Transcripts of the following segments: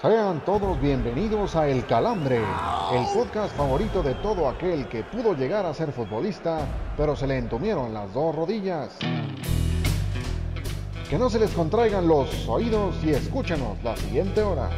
Sean todos bienvenidos a El Calambre, el podcast favorito de todo aquel que pudo llegar a ser futbolista, pero se le entumieron las dos rodillas. Que no se les contraigan los oídos y escúchenos la siguiente hora.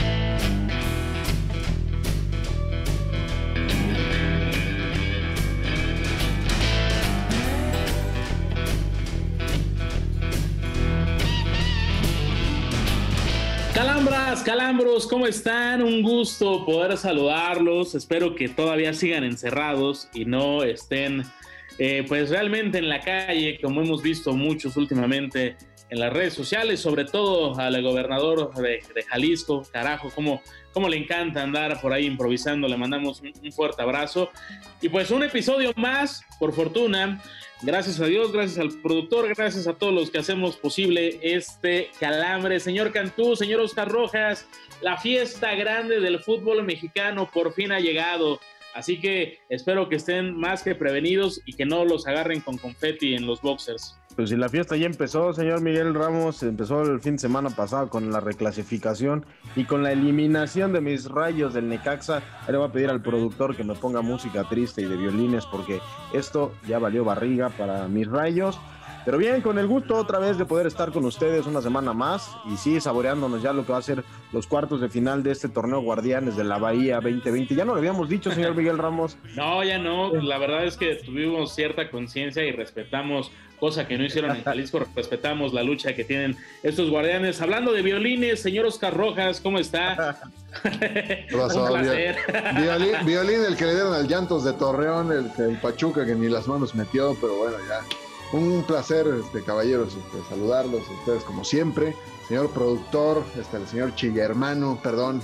Calambros, ¿cómo están? Un gusto poder saludarlos. Espero que todavía sigan encerrados y no estén pues realmente en la calle, como hemos visto muchos últimamente en las redes sociales, sobre todo al gobernador de Jalisco. Carajo, cómo le encanta andar por ahí improvisando. Le mandamos un fuerte abrazo. Y pues un episodio más, por fortuna. Gracias a Dios, gracias al productor, gracias a todos los que hacemos posible este calambre. Señor Cantú, señor Oscar Rojas, la fiesta grande del fútbol mexicano por fin ha llegado. Así que espero que estén más que prevenidos y que no los agarren con confeti en los boxers. Pues si la fiesta ya empezó, señor Miguel Ramos, empezó el fin de semana pasado con la reclasificación y con la eliminación de mis Rayos del Necaxa. Ahora le voy a pedir al productor que me ponga música triste y de violines porque esto ya valió barriga para mis Rayos. Pero bien, con el gusto otra vez de poder estar con ustedes una semana más y sí, saboreándonos ya lo que va a ser los cuartos de final de este torneo Guardianes de la Bahía 2020. Ya no lo habíamos dicho, señor Miguel Ramos. No, ya no. La verdad es que tuvimos cierta conciencia y respetamos, cosa que no hicieron en Jalisco, respetamos la lucha que tienen estos Guardianes. Hablando de violines, señor Oscar Rojas, ¿cómo está? ¿Qué pasó? Un placer. Violín, el que le dieron al Llantos de Torreón, el Pachuca que ni las manos metió, pero bueno, ya. Un placer, caballeros, saludarlos a ustedes como siempre. Señor productor, el señor Chivermano,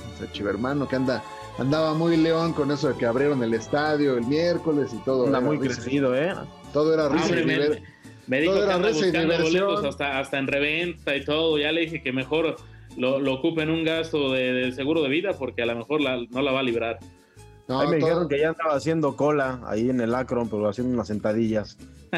que andaba muy león con eso de que abrieron el estadio el miércoles y todo. Anda muy crecido, Todo era risa y diversión. Me dijo que anda buscando boletos hasta en reventa y todo. Ya le dije que mejor lo ocupe en un gasto de seguro de vida porque a lo mejor no la va a librar. No, ahí me dijeron que ya andaba haciendo cola ahí en el Akron, pero haciendo unas sentadillas.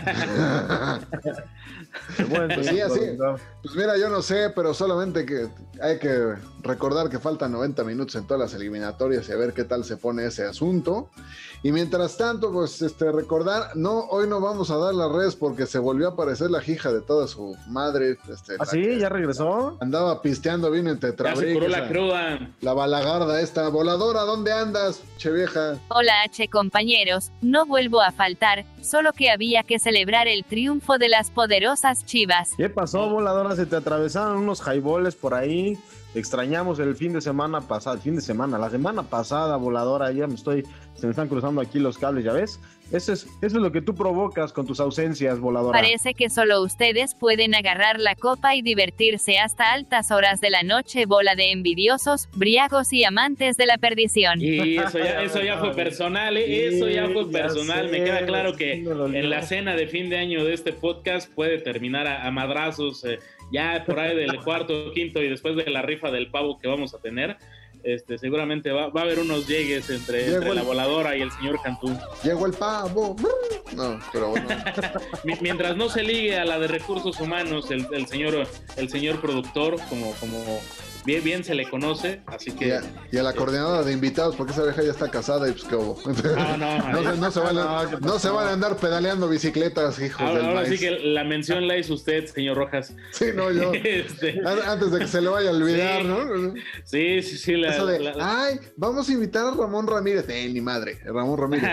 Bueno, pues sí, así. Pues mira, yo no sé, pero solamente que hay que recordar que faltan 90 minutos en todas las eliminatorias y a ver qué tal se pone ese asunto. Y mientras tanto, pues recordar, hoy no vamos a dar las redes porque se volvió a aparecer la hija de toda su madre. ¿Ah, sí? ¿Ya regresó? Andaba pisteando bien en Tetrabric. Ya se curó la cruda. La balagarda esta. Voladora, ¿dónde andas, che vieja? Hola compañeros, no vuelvo a faltar, solo que había que celebrar el triunfo de las poderosas Chivas. ¿Qué pasó, Voladora? Se te atravesaron unos highballs por ahí. Extrañamos el fin de semana pasado, la semana pasada, Voladora, se me están cruzando aquí los cables, ¿ya ves? Eso es lo que tú provocas con tus ausencias, Voladora. Parece que solo ustedes pueden agarrar la copa y divertirse hasta altas horas de la noche, bola de envidiosos, briagos y amantes de la perdición. Y eso ya fue personal, eso ya fue personal. Me queda claro que en la cena de fin de año de este podcast puede terminar a madrazos, ya por ahí del cuarto, quinto y después de la rifa del pavo que vamos a tener. Seguramente va a haber unos llegues entre la Voladora y el señor Cantú. Llegó el pavo. No, pero bueno. Mientras no se ligue a la de recursos humanos, el señor productor, como bien se le conoce, así que... Y a la coordinadora de invitados, porque esa vieja ya está casada y pues qué hubo. No se van a andar pedaleando bicicletas, hijos del maíz. Ahora sí que la mención la hizo usted, señor Rojas. Sí, no, yo. Antes de que se le vaya a olvidar, sí. ¿no? Sí. Eso de, ay, vamos a invitar a Ramón Ramírez. Ni madre, Ramón Ramírez.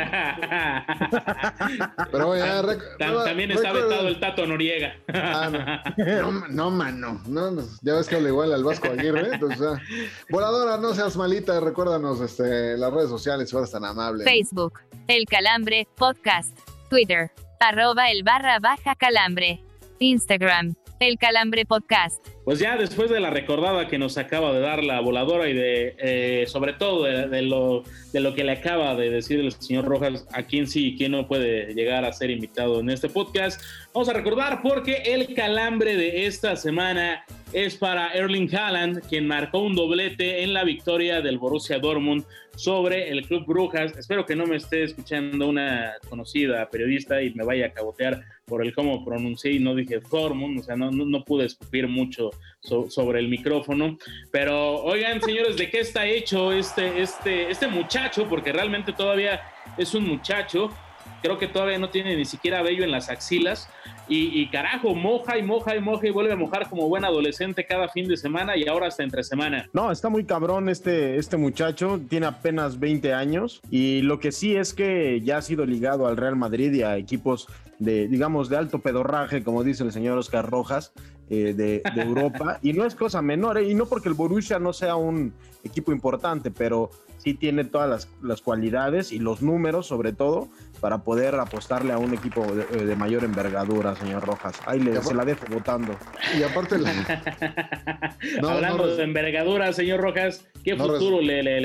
Pero bueno, también está vetado el Tato Noriega. No, mano. No, ya ves que habla igual al Vasco Aguirre. Entonces, Voladora, no seas malita, recuérdanos las redes sociales, si fueras tan amable. Facebook, El Calambre, Podcast, Twitter, @el_calambre, Instagram, El Calambre Podcast. Pues ya después de la recordada que nos acaba de dar la Voladora y de sobre todo de lo que le acaba de decir el señor Rojas, a quién sí y quién no puede llegar a ser invitado en este podcast, vamos a recordar porque el calambre de esta semana es para Erling Haaland, quien marcó un doblete en la victoria del Borussia Dortmund sobre el Club Brujas. Espero que no me esté escuchando una conocida periodista y me vaya a cabotear por el cómo pronuncié y no dije Dortmund, o sea, no pude escupir mucho sobre el micrófono. Pero oigan, señores, ¿de qué está hecho este muchacho? Porque realmente todavía es un muchacho. Creo que todavía no tiene ni siquiera vello en las axilas y carajo, moja y vuelve a mojar como buen adolescente cada fin de semana y ahora hasta entre semana. No, está muy cabrón este muchacho, tiene apenas 20 años y lo que sí es que ya ha sido ligado al Real Madrid y a equipos de alto pedorraje, como dice el señor Oscar Rojas, de Europa, y no es cosa menor, y no porque el Borussia no sea un equipo importante, pero sí tiene todas las cualidades y los números, sobre todo, para poder apostarle a un equipo de mayor envergadura, señor Rojas. Ahí se la dejo votando. Y aparte... Hablando de envergadura, señor Rojas, ¿qué futuro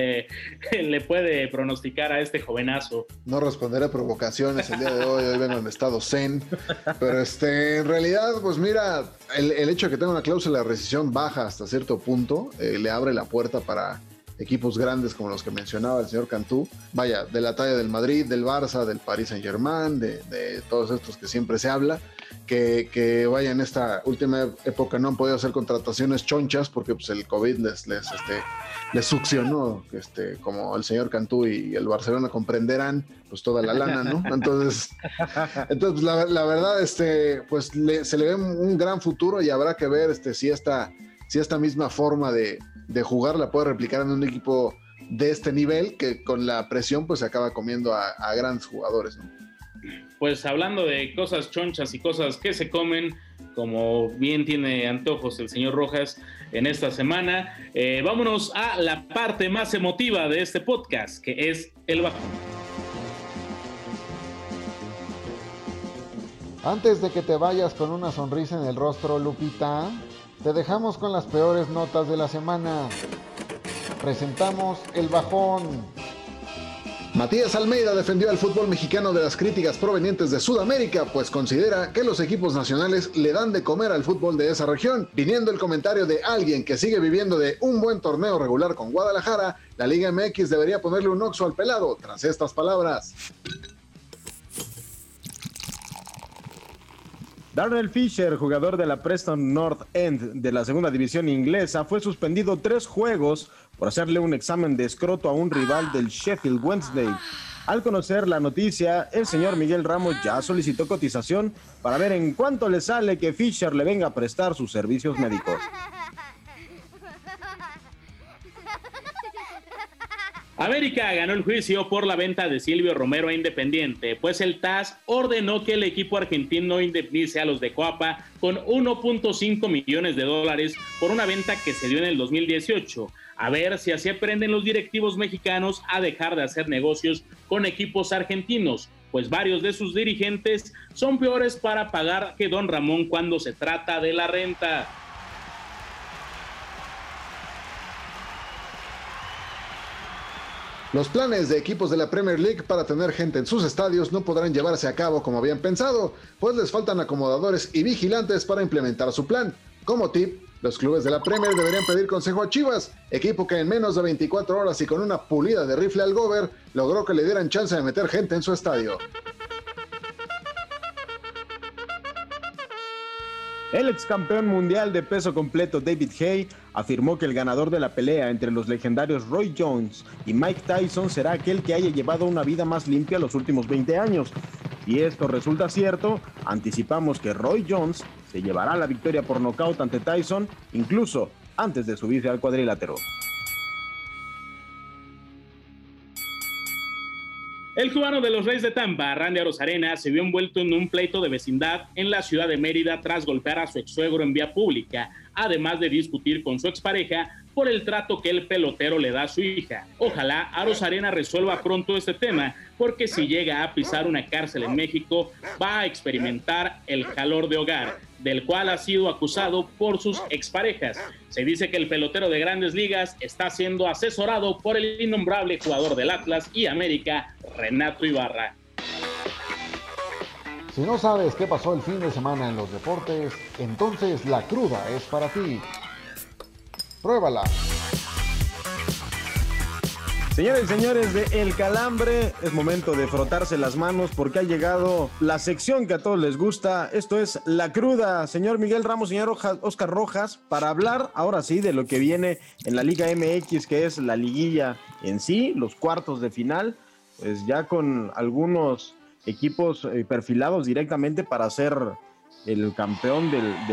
le puede pronosticar a este jovenazo? No responderé a provocaciones el día de hoy vengo en estado zen, pero en realidad, pues mira, el hecho de que tenga una cláusula de rescisión baja hasta cierto punto, le abre la puerta para equipos grandes como los que mencionaba el señor Cantú, vaya, de la talla del Madrid, del Barça, del Paris Saint-Germain, de todos estos que siempre se habla, que vaya, en esta última época no han podido hacer contrataciones chonchas porque pues el COVID les succionó, como el señor Cantú y el Barcelona comprenderán, pues toda la lana, ¿no? Entonces pues, la verdad, pues se le ve un gran futuro y habrá que ver si esta misma forma de jugar la puede replicar en un equipo de este nivel que con la presión pues se acaba comiendo a grandes jugadores, ¿no? Pues hablando de cosas chonchas y cosas que se comen, como bien tiene antojos el señor Rojas en esta semana, vámonos a la parte más emotiva de este podcast, que es el bajón. Antes de que te vayas con una sonrisa en el rostro, Lupita, te dejamos con las peores notas de la semana. Presentamos el bajón. Matías Almeida defendió al fútbol mexicano de las críticas provenientes de Sudamérica, pues considera que los equipos nacionales le dan de comer al fútbol de esa región. Viniendo el comentario de alguien que sigue viviendo de un buen torneo regular con Guadalajara, la Liga MX debería ponerle un oxo al pelado tras estas palabras. Darrell Fisher, jugador de la Preston North End de la segunda división inglesa, fue suspendido 3 juegos por hacerle un examen de escroto a un rival del Sheffield Wednesday. Al conocer la noticia, el señor Miguel Ramos ya solicitó cotización para ver en cuánto le sale que Fisher le venga a prestar sus servicios médicos. América ganó el juicio por la venta de Silvio Romero a Independiente, pues el TAS ordenó que el equipo argentino indemnice a los de Coapa con $1.5 millones por una venta que se dio en el 2018. A ver si así aprenden los directivos mexicanos a dejar de hacer negocios con equipos argentinos, pues varios de sus dirigentes son peores para pagar que Don Ramón cuando se trata de la renta. Los planes de equipos de la Premier League para tener gente en sus estadios no podrán llevarse a cabo como habían pensado, pues les faltan acomodadores y vigilantes para implementar su plan. Como tip, los clubes de la Premier deberían pedir consejo a Chivas, equipo que en menos de 24 horas y con una pulida de rifle al gober, logró que le dieran chance de meter gente en su estadio. El ex campeón mundial de peso completo David Haye afirmó que el ganador de la pelea entre los legendarios Roy Jones y Mike Tyson será aquel que haya llevado una vida más limpia los últimos 20 años. Si esto resulta cierto, anticipamos que Roy Jones se llevará la victoria por nocaut ante Tyson, incluso antes de subirse al cuadrilátero. El cubano de los Reyes de Tampa, Randy Arozarena, se vio envuelto en un pleito de vecindad en la ciudad de Mérida tras golpear a su ex-suegro en vía pública, además de discutir con su expareja por el trato que el pelotero le da a su hija. Ojalá Arozarena resuelva pronto este tema, porque si llega a pisar una cárcel en México, va a experimentar el calor de hogar, del cual ha sido acusado por sus exparejas. Se dice que el pelotero de Grandes Ligas está siendo asesorado por el innombrable jugador del Atlas y América, Renato Ibarra. Si no sabes qué pasó el fin de semana en los deportes, entonces La Cruda es para ti. Pruébala. Señores y señores de El Calambre, es momento de frotarse las manos porque ha llegado la sección que a todos les gusta. Esto es La Cruda. Señor Miguel Ramos, señor Oscar Rojas, para hablar ahora sí de lo que viene en la Liga MX, que es la liguilla en sí, los cuartos de final, pues ya con algunos equipos perfilados directamente para ser el campeón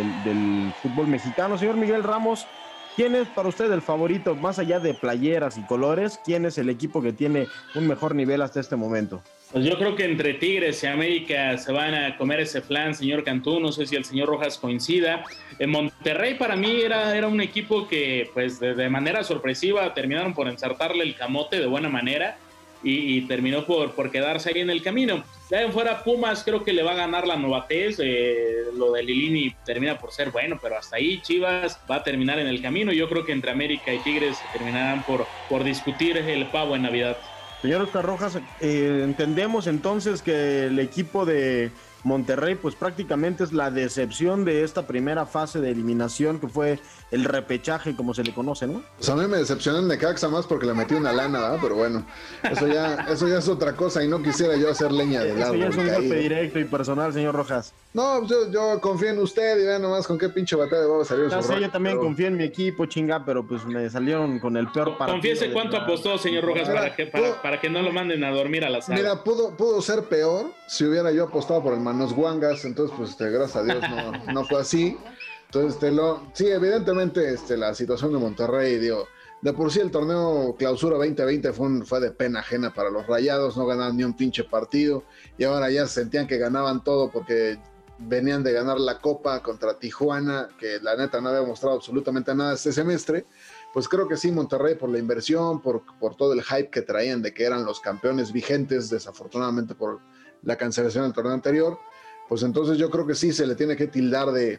del fútbol mexicano. Señor Miguel Ramos, ¿quién es para usted el favorito, más allá de playeras y colores? ¿Quién es el equipo que tiene un mejor nivel hasta este momento? Pues yo creo que entre Tigres y América se van a comer ese flan, señor Cantú. No sé si el señor Rojas coincida. En Monterrey para mí era un equipo que pues de manera sorpresiva terminaron por ensartarle el camote de buena manera y terminó por quedarse ahí en el camino. Ya en fuera Pumas creo que le va a ganar la novatez, lo de Lilini termina por ser bueno, pero hasta ahí Chivas va a terminar en el camino. Yo creo que entre América y Tigres terminarán por discutir el pavo en Navidad. Señor Oscar Rojas, entendemos entonces que el equipo de Monterrey pues prácticamente es la decepción de esta primera fase de eliminación, que fue el repechaje, como se le conoce, ¿no? Pues a mí me decepcionó el Necaxa más porque le metí una lana, ¿verdad? Pero bueno, eso ya es otra cosa y no quisiera yo hacer leña del árbol. Eso ya es un golpe directo y personal, señor Rojas. No, yo confío en usted y vean nomás con qué pinche batalla va a salir su roja. Yo también confío en mi equipo, chinga, pero pues me salieron con el peor partido. Confiese cuánto apostó, señor Rojas, para que no lo manden a dormir a la sala. Mira, pudo ser peor si hubiera yo apostado por el Manos Guangas, entonces pues gracias a Dios no fue así. Entonces sí, evidentemente la situación de Monterrey, digo, de por sí el torneo Clausura 2020 fue de pena ajena para los Rayados, no ganaban ni un pinche partido y ahora ya sentían que ganaban todo porque venían de ganar la Copa contra Tijuana, que la neta no había mostrado absolutamente nada este semestre. Pues creo que sí, Monterrey, por la inversión, por todo el hype que traían de que eran los campeones vigentes, desafortunadamente por la cancelación del torneo anterior, pues entonces yo creo que sí se le tiene que tildar de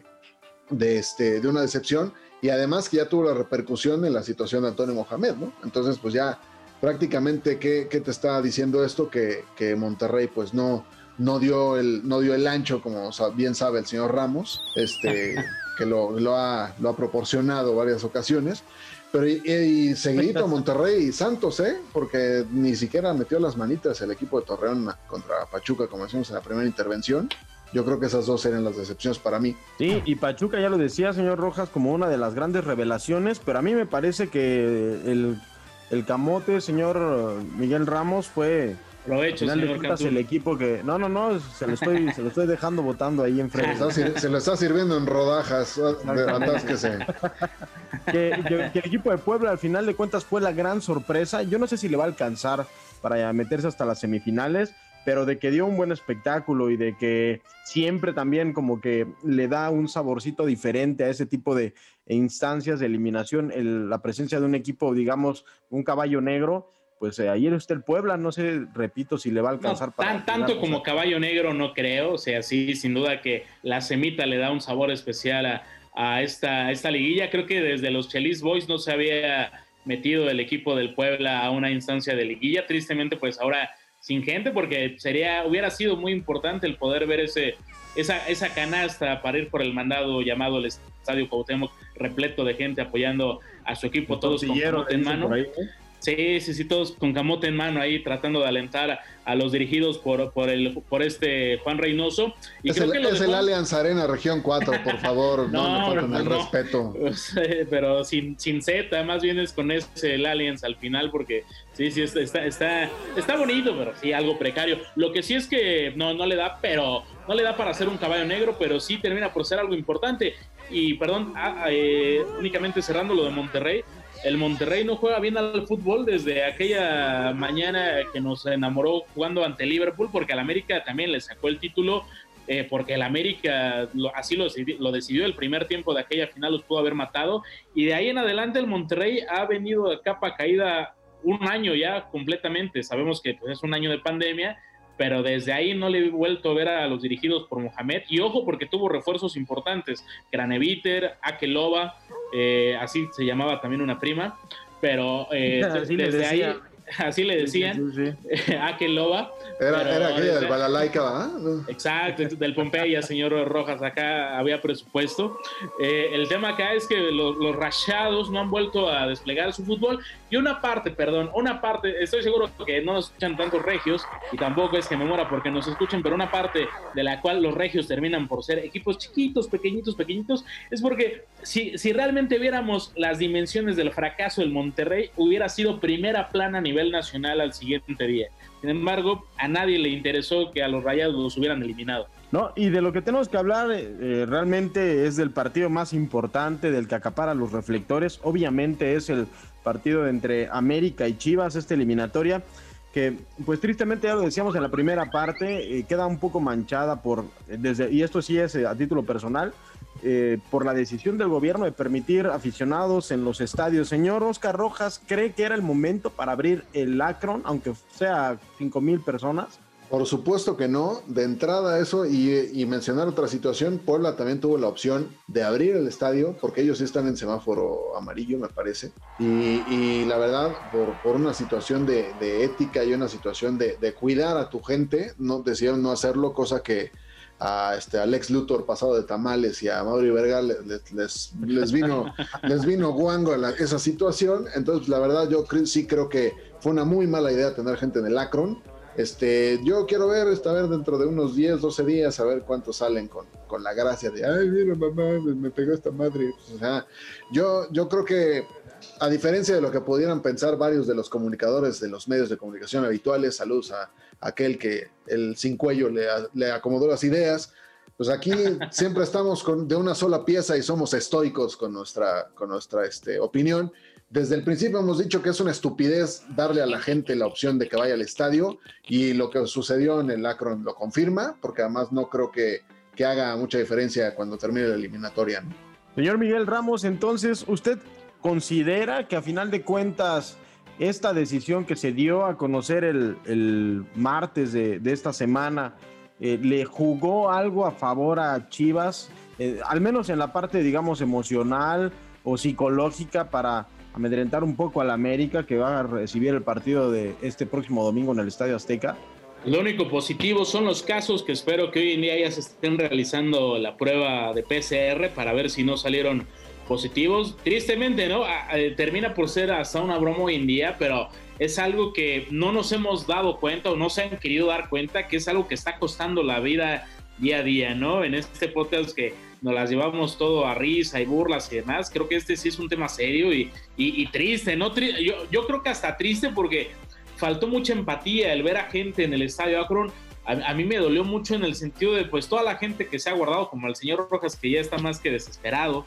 una decepción, y además que ya tuvo la repercusión en la situación de Antonio Mohamed, ¿no? Entonces pues ya prácticamente ¿qué te está diciendo esto? Que Monterrey pues no dio el ancho, como bien sabe el señor Ramos, que lo ha proporcionado varias ocasiones, pero y seguidito Monterrey y Santos, porque ni siquiera metió las manitas el equipo de Torreón contra Pachuca, como decimos en la primera intervención. Yo creo que esas dos serían las decepciones para mí. Sí, y Pachuca ya lo decía, señor Rojas, como una de las grandes revelaciones, pero a mí me parece que el camote, señor Miguel Ramos, fue... Provecho, señor Cantú. El equipo que... No, se lo estoy dejando votando ahí enfrente. Se lo está sirviendo en rodajas, atásquese. Que el equipo de Puebla al final de cuentas fue la gran sorpresa. Yo no sé si le va a alcanzar para meterse hasta las semifinales, pero de que dio un buen espectáculo y de que siempre también como que le da un saborcito diferente a ese tipo de instancias de eliminación, la presencia de un equipo, digamos, un caballo negro, pues ayer está el Puebla, no sé, repito, si le va a alcanzar para... Tanto como caballo negro no creo, o sea, sí, sin duda que la semita le da un sabor especial a esta liguilla. Creo que desde los Chelis Boys no se había metido el equipo del Puebla a una instancia de liguilla, tristemente pues ahora sin gente, porque hubiera sido muy importante el poder ver esa canasta para ir por el mandado llamado el Estadio Cuauhtémoc, repleto de gente apoyando a su equipo, todos con camote en mano. Sí, todos con camote en mano ahí tratando de alentar a los dirigidos por Juan Reynoso. Y es el Allianz Arena Región 4, por favor, no falten el respeto. Pero sin Z, más bien es con el Allianz al final, porque sí, está bonito, pero sí, algo precario. Lo que sí es que no le da, pero no le da para ser un caballo negro, pero sí termina por ser algo importante. Y perdón, únicamente cerrando lo de Monterrey, el Monterrey no juega bien al fútbol desde aquella mañana que nos enamoró jugando ante Liverpool, porque al América también le sacó el título, porque el América así lo decidió. El primer tiempo de aquella final los pudo haber matado, y de ahí en adelante el Monterrey ha venido de capa caída un año ya completamente. Sabemos que pues, es un año de pandemia, pero desde ahí no le he vuelto a ver a los dirigidos por Mohamed, y ojo porque tuvo refuerzos importantes, Craneviter, Akeloba, así se llamaba también una prima, pero desde ahí así le decían, sí. Aquel Loba. Era aquella del Balalaika, ¿verdad? Exacto, del Pompeya, señor Rojas, acá había presupuesto. El tema acá es que los Rayados no han vuelto a desplegar su fútbol, y una parte, estoy seguro que no nos escuchan tantos regios, y tampoco es que me muera porque nos escuchen, pero una parte de la cual los regios terminan por ser equipos chiquitos, pequeñitos, es porque si realmente viéramos las dimensiones del fracaso del Monterrey, hubiera sido primera plana a nivel nacional al siguiente día. Sin embargo, a nadie le interesó que a los Rayados los hubieran eliminado. No, y de lo que tenemos que hablar realmente es del partido más importante, del que acapara los reflectores. Obviamente es el partido entre América y Chivas, esta eliminatoria, que pues tristemente ya lo decíamos en la primera parte, queda un poco manchada y esto sí es a título personal, por la decisión del gobierno de permitir aficionados en los estadios. Señor Oscar Rojas, ¿cree que era el momento para abrir el Akron, aunque sea 5,000 personas? Por supuesto que no. De entrada eso, y mencionar otra situación, Puebla también tuvo la opción de abrir el estadio, porque ellos sí están en semáforo amarillo, me parece, y la verdad, por una situación de ética y una situación de cuidar a tu gente, no decidieron no hacerlo, cosa que a Alex Luthor, pasado de tamales, y a Mauri Vergara les vino guango esa situación. Entonces la verdad yo sí creo que fue una muy mala idea tener gente en el Akron. Yo quiero ver dentro de unos 10, 12 días, a ver cuántos salen con la gracia de, ay, mira, mamá, me pegó esta madre. O sea, yo creo que, a diferencia de lo que pudieran pensar varios de los comunicadores de los medios de comunicación habituales, saludos a aquel que el sin cuello le acomodó las ideas, pues aquí siempre estamos de una sola pieza y somos estoicos con nuestra opinión. Desde el principio hemos dicho que es una estupidez darle a la gente la opción de que vaya al estadio, y lo que sucedió en el Akron lo confirma, porque además no creo que haga mucha diferencia cuando termine la eliminatoria, ¿no? Señor Miguel Ramos, entonces, ¿usted considera que a final de cuentas esta decisión que se dio a conocer el martes de esta semana le jugó algo a favor a Chivas, al menos en la parte, digamos, emocional o psicológica, para amedrentar un poco a la América, que va a recibir el partido de este próximo domingo en el Estadio Azteca? Lo único positivo son los casos, que espero que hoy en día ya se estén realizando la prueba de PCR para ver si no salieron positivos. Tristemente, ¿no? Termina por ser hasta una broma hoy en día, pero es algo que no nos hemos dado cuenta, o no se han querido dar cuenta, que es algo que está costando la vida día a día, ¿no? En este podcast que nos las llevamos todo a risa y burlas y demás, creo que sí es un tema serio y triste, ¿no? Yo creo que hasta triste, porque faltó mucha empatía el ver a gente en el Estadio Akron. A mí me dolió mucho en el sentido de, pues, toda la gente que se ha guardado, como el señor Rojas, que ya está más que desesperado,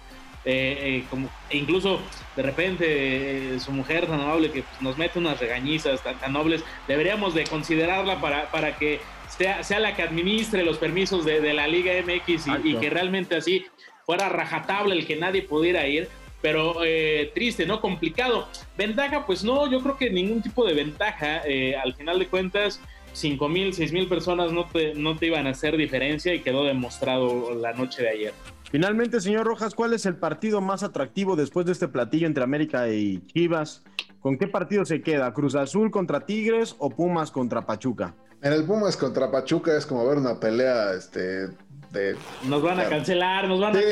incluso de repente su mujer tan amable que pues, nos mete unas regañizas tan nobles, deberíamos de considerarla para que sea la que administre los permisos de la Liga MX y que realmente así fuera rajatable el que nadie pudiera ir. Pero triste, ¿no? Complicado. Ventaja, pues no, yo creo que ningún tipo de ventaja. Al final de cuentas, 5,000, 6,000 personas no te iban a hacer diferencia, y quedó demostrado la noche de ayer. Finalmente, señor Rojas, ¿cuál es el partido más atractivo después de este platillo entre América y Chivas? ¿Con qué partido se queda? ¿Cruz Azul contra Tigres o Pumas contra Pachuca? En el Pumas contra Pachuca es como ver una pelea nos van a cancelar.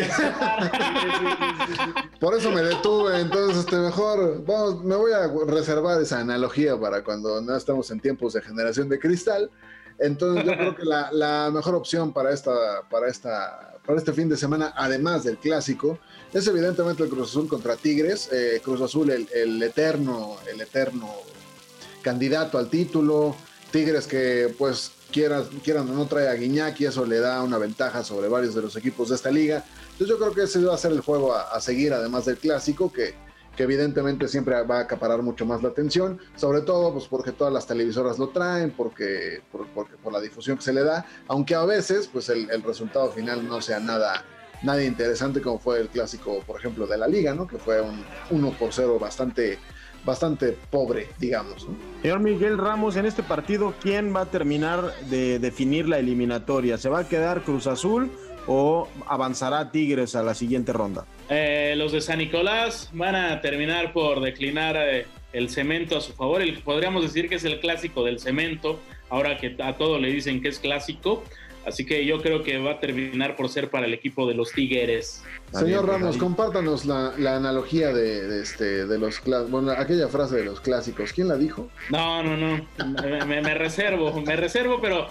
Por eso me detuve. Entonces mejor me voy a reservar esa analogía para cuando no estamos en tiempos de generación de cristal. Entonces yo creo que la mejor opción para este fin de semana, además del clásico, es evidentemente el Cruz Azul contra Tigres. Cruz Azul, el eterno candidato al título. Tigres que, pues, quieran o no, trae a Guiñac, y eso le da una ventaja sobre varios de los equipos de esta liga. Entonces yo creo que ese va a ser el juego a seguir, además del clásico, que evidentemente siempre va a acaparar mucho más la atención, sobre todo pues porque todas las televisoras lo traen, por la difusión que se le da, aunque a veces pues el resultado final no sea nada interesante, como fue el clásico, por ejemplo, de la liga, ¿no? Que fue un 1-0 bastante pobre, digamos, ¿no? Señor Miguel Ramos, en este partido, ¿quién va a terminar de definir la eliminatoria? ¿Se va a quedar Cruz Azul o avanzará Tigres a la siguiente ronda? Los de San Nicolás van a terminar por declinar el cemento a su favor. Podríamos decir que es el clásico del cemento, ahora que a todo le dicen que es clásico. Así que yo creo que va a terminar por ser para el equipo de los Tigres. Señor Ramos, compártanos la analogía de los clásicos. Bueno, aquella frase de los clásicos. ¿Quién la dijo? No. me reservo, pero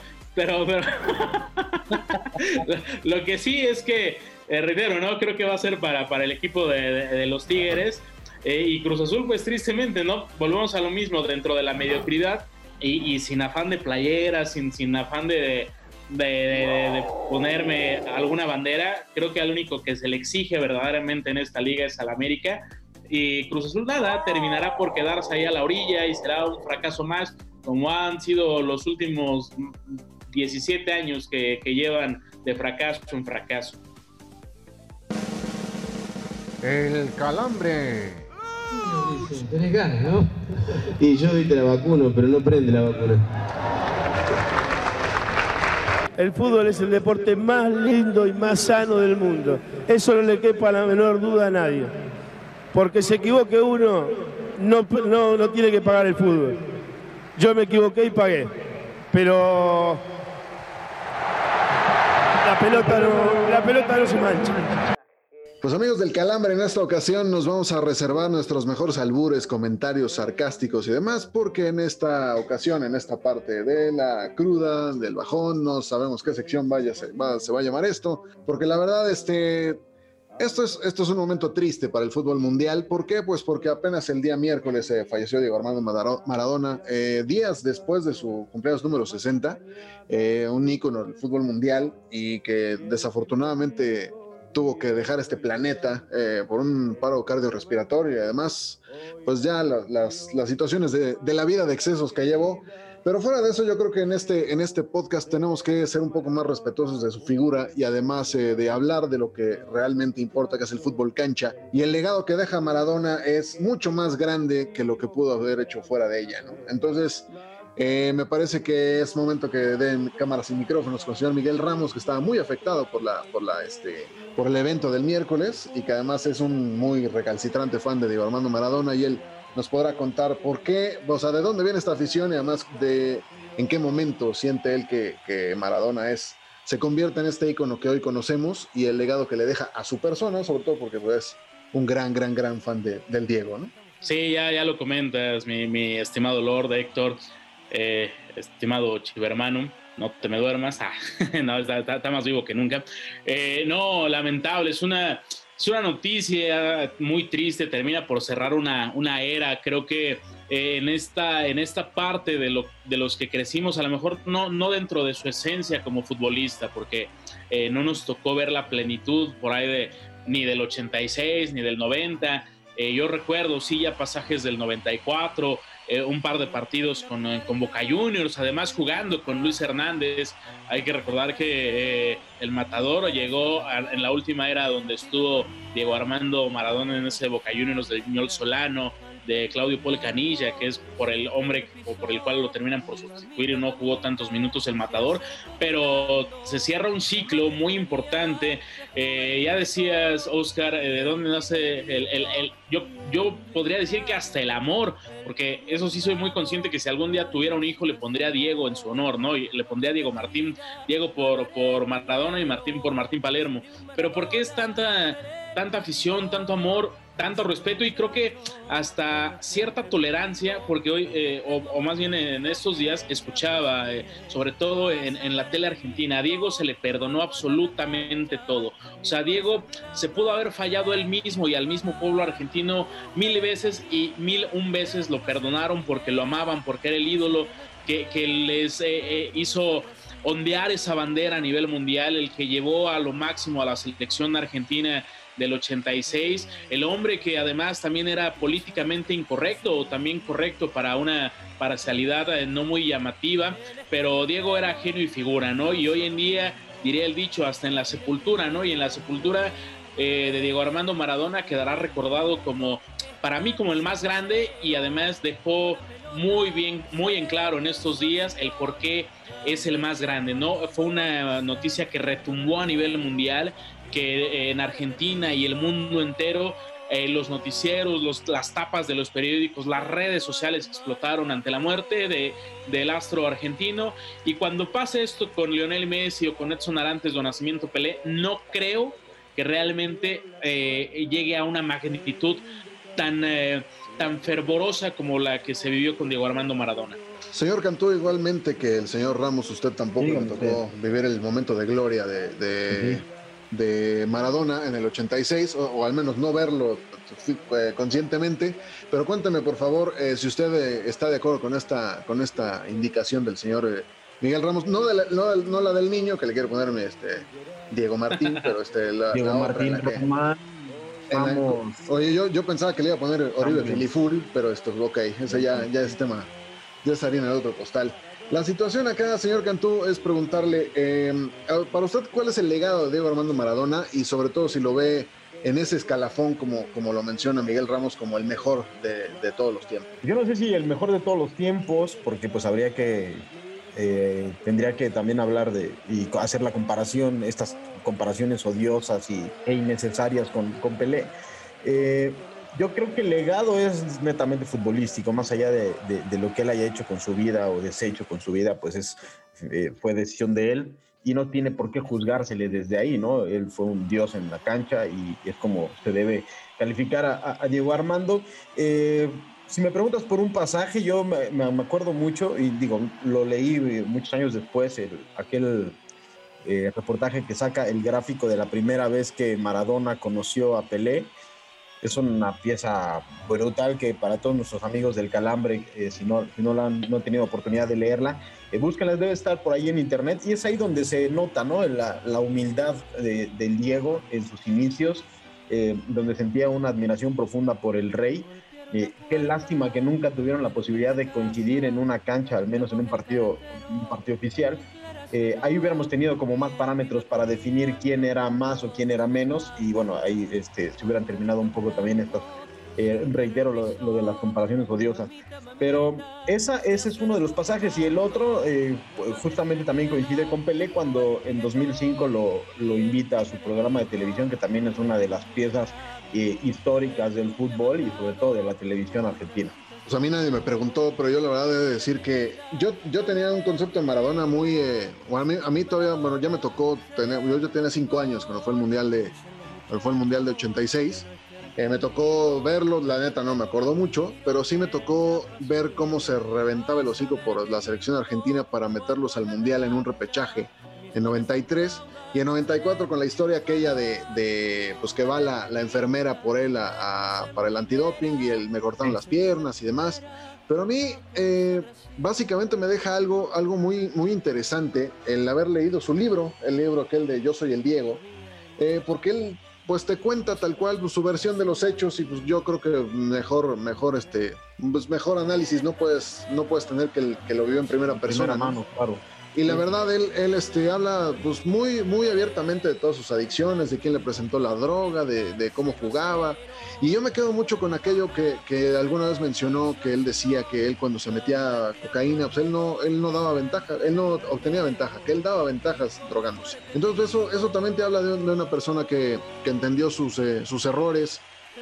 lo que sí es que, reitero, ¿no? Creo que va a ser para el equipo de los Tigres. Y Cruz Azul, pues tristemente, ¿no? Volvemos a lo mismo dentro de la mediocridad y sin afán de playera, sin afán de ponerme alguna bandera. Creo que al único que se le exige verdaderamente en esta liga es al América, y Cruz Azul nada, terminará por quedarse ahí a la orilla y será un fracaso más, como han sido los últimos 17 años que llevan de fracaso en fracaso. El calambre. Tenés ganas, ¿no? Y yo te la vacuno, pero no prende la vacuna. El fútbol es el deporte más lindo y más sano del mundo. Eso no le quepa la menor duda a nadie. Porque se equivoque uno, no tiene que pagar el fútbol. Yo me equivoqué y pagué. Pero la pelota no se mancha. Pues amigos del Calambre, en esta ocasión nos vamos a reservar nuestros mejores albures, comentarios sarcásticos y demás, porque en esta ocasión, en esta parte de la cruda, del bajón, no sabemos qué sección se va a llamar esto, porque la verdad esto es un momento triste para el fútbol mundial. ¿Por qué? Pues porque apenas el día miércoles falleció Diego Armando Maradona, días después de su cumpleaños número 60, un ícono del fútbol mundial, y que desafortunadamente tuvo que dejar este planeta por un paro cardiorrespiratorio, y además pues ya las situaciones de la vida de excesos que llevó. Pero fuera de eso, yo creo que en este podcast tenemos que ser un poco más respetuosos de su figura, y además de hablar de lo que realmente importa, que es el fútbol cancha, y el legado que deja Maradona es mucho más grande que lo que pudo haber hecho fuera de ella, ¿no? Entonces me parece que es momento que den cámaras y micrófonos con el señor Miguel Ramos, que estaba muy afectado por el evento del miércoles, y que además es un muy recalcitrante fan de Diego Armando Maradona, y él nos podrá contar por qué, o sea, de dónde viene esta afición, y además de en qué momento siente él que Maradona se convierte en este ícono que hoy conocemos, y el legado que le deja a su persona, sobre todo porque pues, es un gran fan del Diego, ¿no? Sí, ya lo comentas, mi estimado Lord Héctor. Estimado Chivermano, no te me duermas. No, está más vivo que nunca. No, lamentable, es una noticia muy triste, termina por cerrar una era. Creo que en esta parte de los que crecimos, a lo mejor no dentro de su esencia como futbolista, porque no nos tocó ver la plenitud por ahí ni del 86 ni del 90. Yo recuerdo sí ya pasajes del 94, un par de partidos con Boca Juniors, además jugando con Luis Hernández. Hay que recordar que el Matador llegó en la última era donde estuvo Diego Armando Maradona, en ese Boca Juniors de Viñol Solano, de Claudio Paul Canilla, que es por el hombre o por el cual lo terminan por sustituir, y no jugó tantos minutos el Matador, pero se cierra un ciclo muy importante. Ya decías, Oscar, de dónde nace yo podría decir que hasta el amor, porque eso sí soy muy consciente que si algún día tuviera un hijo le pondría Diego en su honor, ¿no? Y le pondría Diego Martín, Diego por Maradona y Martín por Martín Palermo. Pero ¿por qué es tanta afición, tanto amor, tanto respeto? Y creo que hasta cierta tolerancia, porque hoy, o más bien en estos días, escuchaba, sobre todo en la tele argentina, a Diego se le perdonó absolutamente todo. O sea, Diego se pudo haber fallado él mismo y al mismo pueblo argentino 1000 veces, y 1001 veces lo perdonaron porque lo amaban, porque era el ídolo que les hizo ondear esa bandera a nivel mundial, el que llevó a lo máximo a la selección argentina del 86, el hombre que además también era políticamente incorrecto, o también correcto para una parcialidad no muy llamativa, pero Diego era genio y figura, ¿no? Y hoy en día, diría el dicho, hasta en la sepultura, ¿no? Y en la sepultura de Diego Armando Maradona quedará recordado para mí como el más grande, y además dejó muy en claro en estos días el por qué es el más grande, ¿no? Fue una noticia que retumbó a nivel mundial, que en Argentina y el mundo entero los noticieros, las tapas de los periódicos, las redes sociales explotaron ante la muerte del astro argentino. Y cuando pase esto con Lionel Messi o con Edson Arantes do Nascimento Pelé, no creo que realmente llegue a una magnitud tan fervorosa como la que se vivió con Diego Armando Maradona. Señor Cantú, igualmente que el señor Ramos, usted tampoco le tocó vivir el momento de gloria de Maradona en el 86, o al menos no verlo conscientemente, pero cuénteme por favor si usted está de acuerdo con esta indicación del señor Miguel Ramos, no la del niño, que le quiero ponerme Diego Martín, pero Diego Martín Román. Oye, yo pensaba que le iba a poner Oribe Filiful, pero ok, ese ya es tema, ya estaría en el otro costal. La situación acá, señor Cantú, es preguntarle, para usted, ¿cuál es el legado de Diego Armando Maradona? Y sobre todo si lo ve en ese escalafón, como lo menciona Miguel Ramos, como el mejor de todos los tiempos. Yo no sé si el mejor de todos los tiempos, porque pues tendría que también hablar y hacer la comparación, estas comparaciones odiosas e innecesarias con Pelé. Yo creo que el legado es netamente futbolístico, más allá de lo que él haya hecho con su vida o deshecho con su vida, pues fue decisión de él y no tiene por qué juzgársele desde ahí, ¿no? Él fue un dios en la cancha y es como se debe calificar a Diego Armando. Si me preguntas por un pasaje, yo me acuerdo mucho, y digo, lo leí muchos años después, aquel reportaje que saca el gráfico de la primera vez que Maradona conoció a Pelé. Es una pieza brutal que para todos nuestros amigos del Calambre, si no han tenido oportunidad de leerla, búsquenla, debe estar por ahí en internet, y es ahí donde se nota, ¿no? la humildad del Diego en sus inicios, donde sentía una admiración profunda por el rey. Qué lástima que nunca tuvieron la posibilidad de coincidir en una cancha, al menos en un partido oficial. Ahí hubiéramos tenido como más parámetros para definir quién era más o quién era menos, y bueno, ahí se hubieran terminado un poco también estas, reitero lo de las comparaciones odiosas, pero ese es uno de los pasajes, y el otro justamente también coincide con Pelé cuando en 2005 lo invita a su programa de televisión, que también es una de las piezas históricas del fútbol y sobre todo de la televisión argentina. Pues a mí nadie me preguntó, pero yo la verdad debo decir que yo tenía un concepto de Maradona muy... a mí todavía, bueno, ya me tocó tener... Yo tenía 5 años cuando fue el Mundial de 86. Me tocó verlo, la neta no me acuerdo mucho, pero sí me tocó ver cómo se reventaba el hocico por la selección argentina para meterlos al Mundial en un repechaje en 93, y en 94 con la historia aquella de pues que va la enfermera por él para el antidoping y me cortaron las piernas y demás. Pero a mí básicamente me deja algo muy, muy interesante el haber leído su libro, el libro aquel de Yo Soy el Diego, porque él pues te cuenta tal cual pues, su versión de los hechos, y pues yo creo que mejor análisis no puedes tener que lo vivió en primera persona. Mano, claro. Y la verdad, él habla pues muy, muy abiertamente de todas sus adicciones, de quién le presentó la droga, de cómo jugaba. Y yo me quedo mucho con aquello que alguna vez mencionó, que él decía que él cuando se metía cocaína, pues él no daba ventaja, él no obtenía ventaja, que él daba ventajas drogándose. Entonces eso también te habla de una persona que entendió sus errores,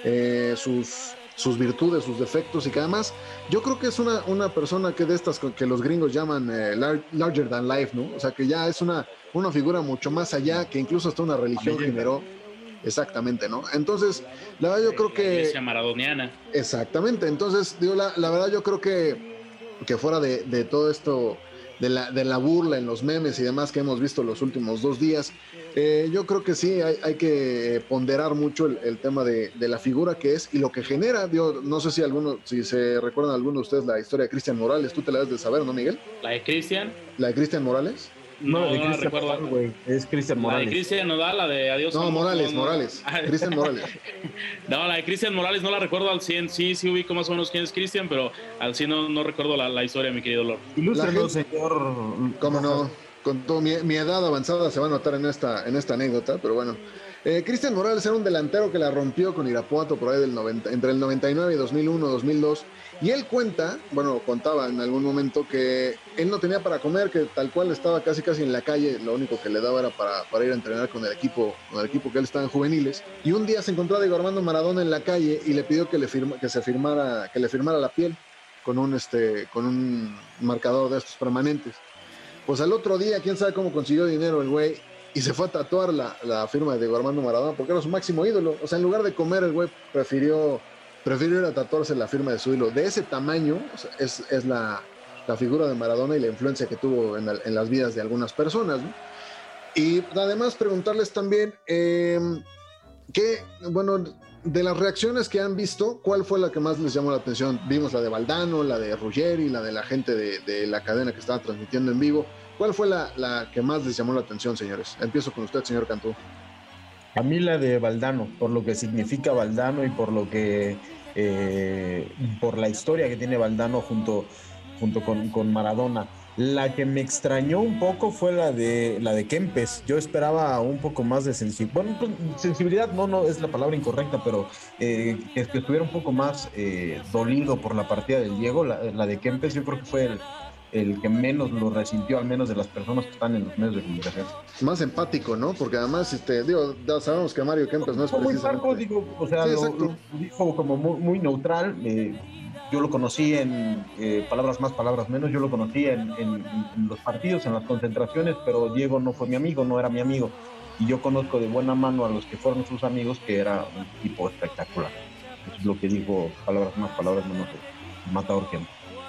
sus virtudes, sus defectos, y que además yo creo que es una persona que de estas que los gringos llaman larger than life, ¿no? O sea, que ya es una figura mucho más allá, que incluso hasta una religión generó. Exactamente, ¿no? Entonces, la verdad yo creo que... La iglesia maradoniana. Exactamente, entonces, digo, la verdad yo creo que fuera de todo esto, de la burla en los memes y demás que hemos visto los últimos 2 días, yo creo que sí hay que ponderar mucho el tema de la figura que es y lo que genera. Digo, no sé si se recuerdan alguno de ustedes la historia de Cristian Morales. Tú te la debes de saber, ¿no, Miguel? ¿La de Cristian? ¿La de Cristian Morales? No la recuerdo. Es Cristian Morales. La de Cristian Nodal, la de Adiós. No, Morales. Cristian Morales. No, la de Cristian Morales no la recuerdo al 100. Sí ubico más o menos quién es Cristian, pero al 100 no recuerdo la historia, mi querido Lord. Ilústrenos, señor. ¿Cómo no? Con toda mi edad avanzada se va a notar en esta anécdota, pero bueno. Cristian Morales era un delantero que la rompió con Irapuato por ahí entre el 99 y 2001, 2002. Y él contaba en algún momento que él no tenía para comer, que tal cual estaba casi en la calle, lo único que le daba era para ir a entrenar con el equipo que él estaba en juveniles. Y un día se encontró a Diego Armando Maradona en la calle y le pidió que le firmara la piel con un marcador de estos permanentes. Pues al otro día, quién sabe cómo consiguió dinero el güey, y se fue a tatuar la firma de Diego Armando Maradona porque era su máximo ídolo. O sea, en lugar de comer, el güey prefirió ir a tatuarse la firma de su ídolo. De ese tamaño, o sea, es la figura de Maradona y la influencia que tuvo en las vidas de algunas personas, ¿no? Y además preguntarles también de las reacciones que han visto, ¿cuál fue la que más les llamó la atención? Vimos la de Valdano, la de Ruggeri, la de la gente de la cadena que estaba transmitiendo en vivo. ¿Cuál fue la que más les llamó la atención, señores? Empiezo con usted, señor Cantú. A mí la de Valdano, por lo que significa Valdano y por lo que por la historia que tiene Valdano junto con Maradona. La que me extrañó un poco fue la de Kempes. Yo esperaba un poco más de sensibilidad. Bueno, sensibilidad no es la palabra incorrecta, pero que estuviera un poco más dolido por la partida del Diego. La de Kempes yo creo que fue el que menos lo resintió, al menos de las personas que están en los medios de comunicación. Más empático, ¿no? Porque además, ya sabemos que Mario Kempes no es precisamente... Muy Paco, o sea, sí, lo dijo como muy neutral. Yo lo conocí en palabras más, palabras menos, yo lo conocí en los partidos, en las concentraciones, pero Diego no fue mi amigo, no era mi amigo. Y yo conozco de buena mano a los que fueron sus amigos, que era un tipo espectacular. Eso es lo que dijo, palabras más, palabras menos, Matador Kempes.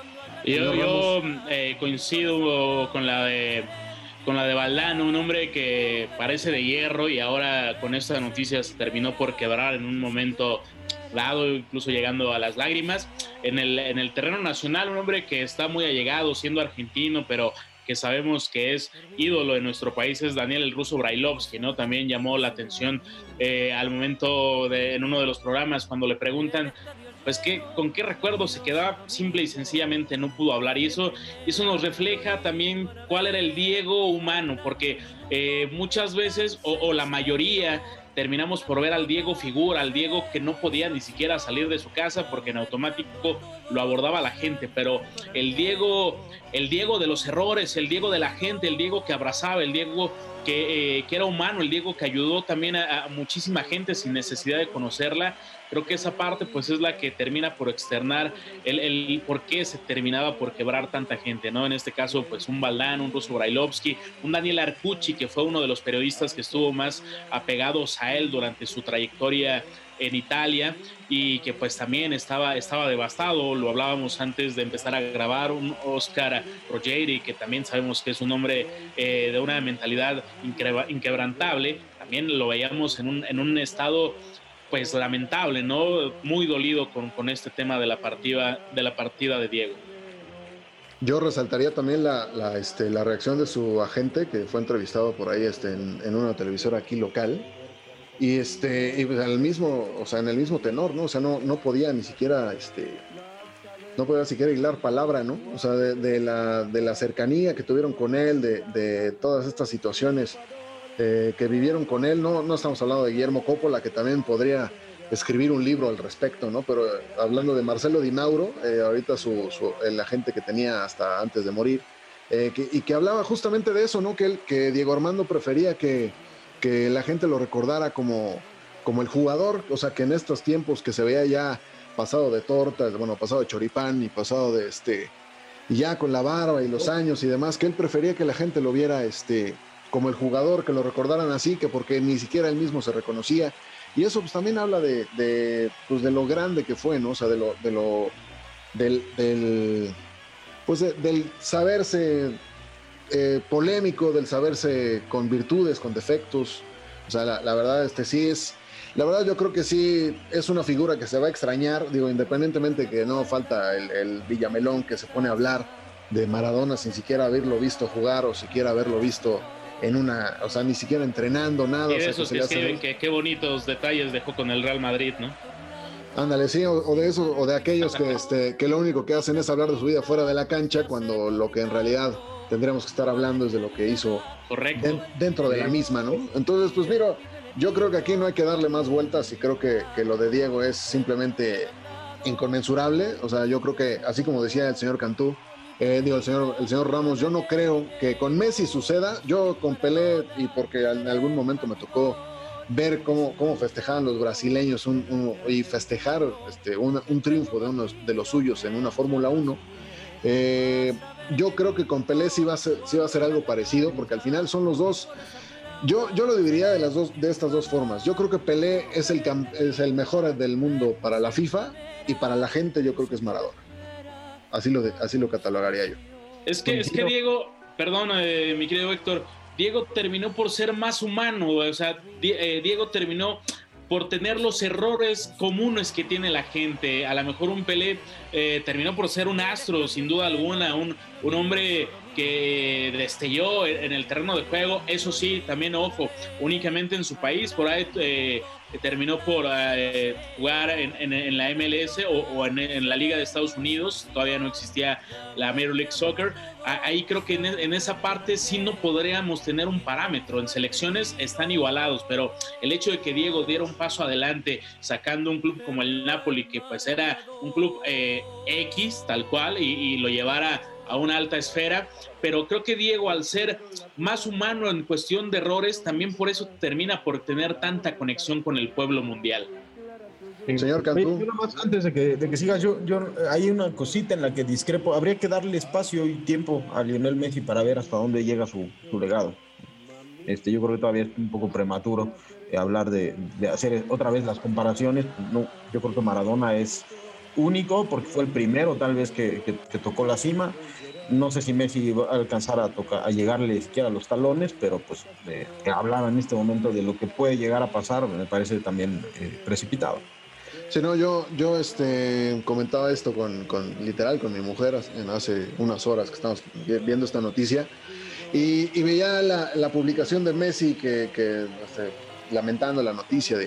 Yo coincido con la de Valdano, un hombre que parece de hierro y ahora con esta noticia se terminó por quebrar en un momento dado, incluso llegando a las lágrimas. En el terreno nacional, un hombre que está muy allegado, siendo argentino, pero que sabemos que es ídolo en nuestro país, es Daniel el Ruso Brailovsky, ¿no? También llamó la atención al momento en uno de los programas cuando le preguntan pues con qué recuerdo se quedaba, simple y sencillamente no pudo hablar, y eso nos refleja también cuál era el Diego humano, porque muchas veces, o la mayoría, terminamos por ver al Diego figura, al Diego que no podía ni siquiera salir de su casa porque en automático lo abordaba la gente, pero el Diego de los errores, el Diego de la gente, el Diego que abrazaba, el Diego que era humano, el Diego que ayudó también a muchísima gente sin necesidad de conocerla. Creo que esa parte pues es la que termina por externar el por qué se terminaba por quebrar tanta gente, ¿no? En este caso pues un Valdano, un Ruso Brailovsky, un Daniel Arcucci, que fue uno de los periodistas que estuvo más apegados a él durante su trayectoria en Italia y que pues también estaba devastado. Lo hablábamos antes de empezar a grabar, un Oscar Ruggeri, que también sabemos que es un hombre de una mentalidad inquebrantable. También lo veíamos en un estado pues lamentable, ¿no? Muy dolido con este tema de la partida de Diego. Yo resaltaría también la reacción de su agente, que fue entrevistado por ahí en una televisora aquí local, y pues en el mismo tenor, ¿no? O sea, no podía ni siquiera hilar palabra, ¿no? O sea, de la cercanía que tuvieron con él, de todas estas situaciones que vivieron con él. No estamos hablando de Guillermo Coppola, que también podría escribir un libro al respecto, ¿no? Pero hablando de Marcelo Di Mauro, ahorita el agente que tenía hasta antes de morir, y que hablaba justamente de eso, ¿no? Que Diego Armando prefería que la gente lo recordara como el jugador, o sea, que en estos tiempos que se veía ya pasado de tortas, pasado de choripán y pasado de ya con la barba y los años y demás, que él prefería que la gente lo viera como el jugador, que lo recordaran así, que porque ni siquiera él mismo se reconocía. Y eso pues también habla de lo grande que fue, ¿no? O sea, del saberse polémico, del saberse con virtudes, con defectos. O sea, la verdad, sí es... La verdad, yo creo que sí es una figura que se va a extrañar, digo, independientemente que no falta el Villamelón que se pone a hablar de Maradona sin siquiera haberlo visto jugar o siquiera haberlo visto ni siquiera entrenando, nada. Y de esos que escriben que qué bonitos detalles dejó con el Real Madrid, ¿no? Ándale, sí, o de eso, o de aquellos que lo único que hacen es hablar de su vida fuera de la cancha, cuando lo que en realidad tendríamos que estar hablando es de lo que hizo correcto dentro de la misma, ¿no? Entonces, pues mira, Yo creo que aquí no hay que darle más vueltas y creo que lo de Diego es simplemente inconmensurable. O sea, yo creo que, así como decía el señor Cantú, el señor Ramos, yo no creo que con Messi suceda. Yo con Pelé, y porque en algún momento me tocó ver cómo festejaban los brasileños y festejar un triunfo de uno de los suyos en una Fórmula 1. Yo creo que con Pelé sí va a ser algo parecido, porque al final son los dos. Yo lo dividiría de estas dos formas. Yo creo que Pelé es el mejor del mundo para la FIFA, y para la gente yo creo que es Maradona. Así lo catalogaría yo. Es que Diego, perdón, mi querido Héctor, Diego terminó por ser más humano. O sea, Diego terminó por tener los errores comunes que tiene la gente. A lo mejor un Pelé terminó por ser un astro, sin duda alguna, un hombre que destelló en el terreno de juego. Eso sí, también, ojo, únicamente en su país. Por ahí terminó por jugar en la MLS o en la Liga de Estados Unidos. Todavía no existía la Major League Soccer. Ahí creo que en esa parte sí no podríamos tener un parámetro. En selecciones están igualados, pero el hecho de que Diego diera un paso adelante sacando un club como el Napoli, que pues era un club X tal cual, y lo llevara a una alta esfera, pero creo que Diego, al ser más humano en cuestión de errores, también por eso termina por tener tanta conexión con el pueblo mundial. Señor Cantú. Yo nomás, antes de que sigas, yo hay una cosita en la que discrepo. Habría que darle espacio y tiempo a Lionel Messi para ver hasta dónde llega su legado. Yo creo que todavía es un poco prematuro hablar de hacer otra vez las comparaciones. No, yo creo que Maradona es único porque fue el primero tal vez que tocó la cima. No sé si Messi va a alcanzar a llegarle siquiera a los talones, pero pues hablar en este momento de lo que puede llegar a pasar me parece también precipitado. Sí, no, yo comentaba esto con mi mujer hace unas horas que estamos viendo esta noticia, y veía la publicación de Messi que lamentando la noticia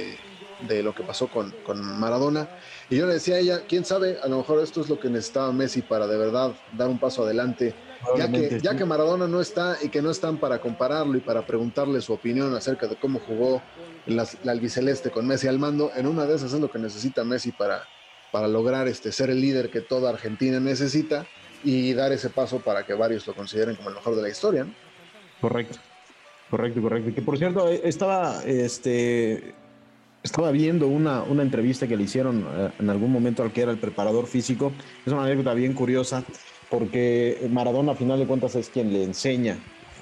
de lo que pasó con Maradona, y yo le decía a ella, quién sabe, a lo mejor esto es lo que necesitaba Messi para de verdad dar un paso adelante, ya que Maradona no está, y que no están para compararlo y para preguntarle su opinión acerca de cómo jugó la albiceleste con Messi al mando. En una de esas es lo que necesita Messi para lograr ser el líder que toda Argentina necesita, y dar ese paso para que varios lo consideren como el mejor de la historia, ¿no? Correcto. Que por cierto, estaba viendo una entrevista que le hicieron en algún momento al que era el preparador físico. Es una anécdota bien curiosa, porque Maradona, a final de cuentas, es quien le enseña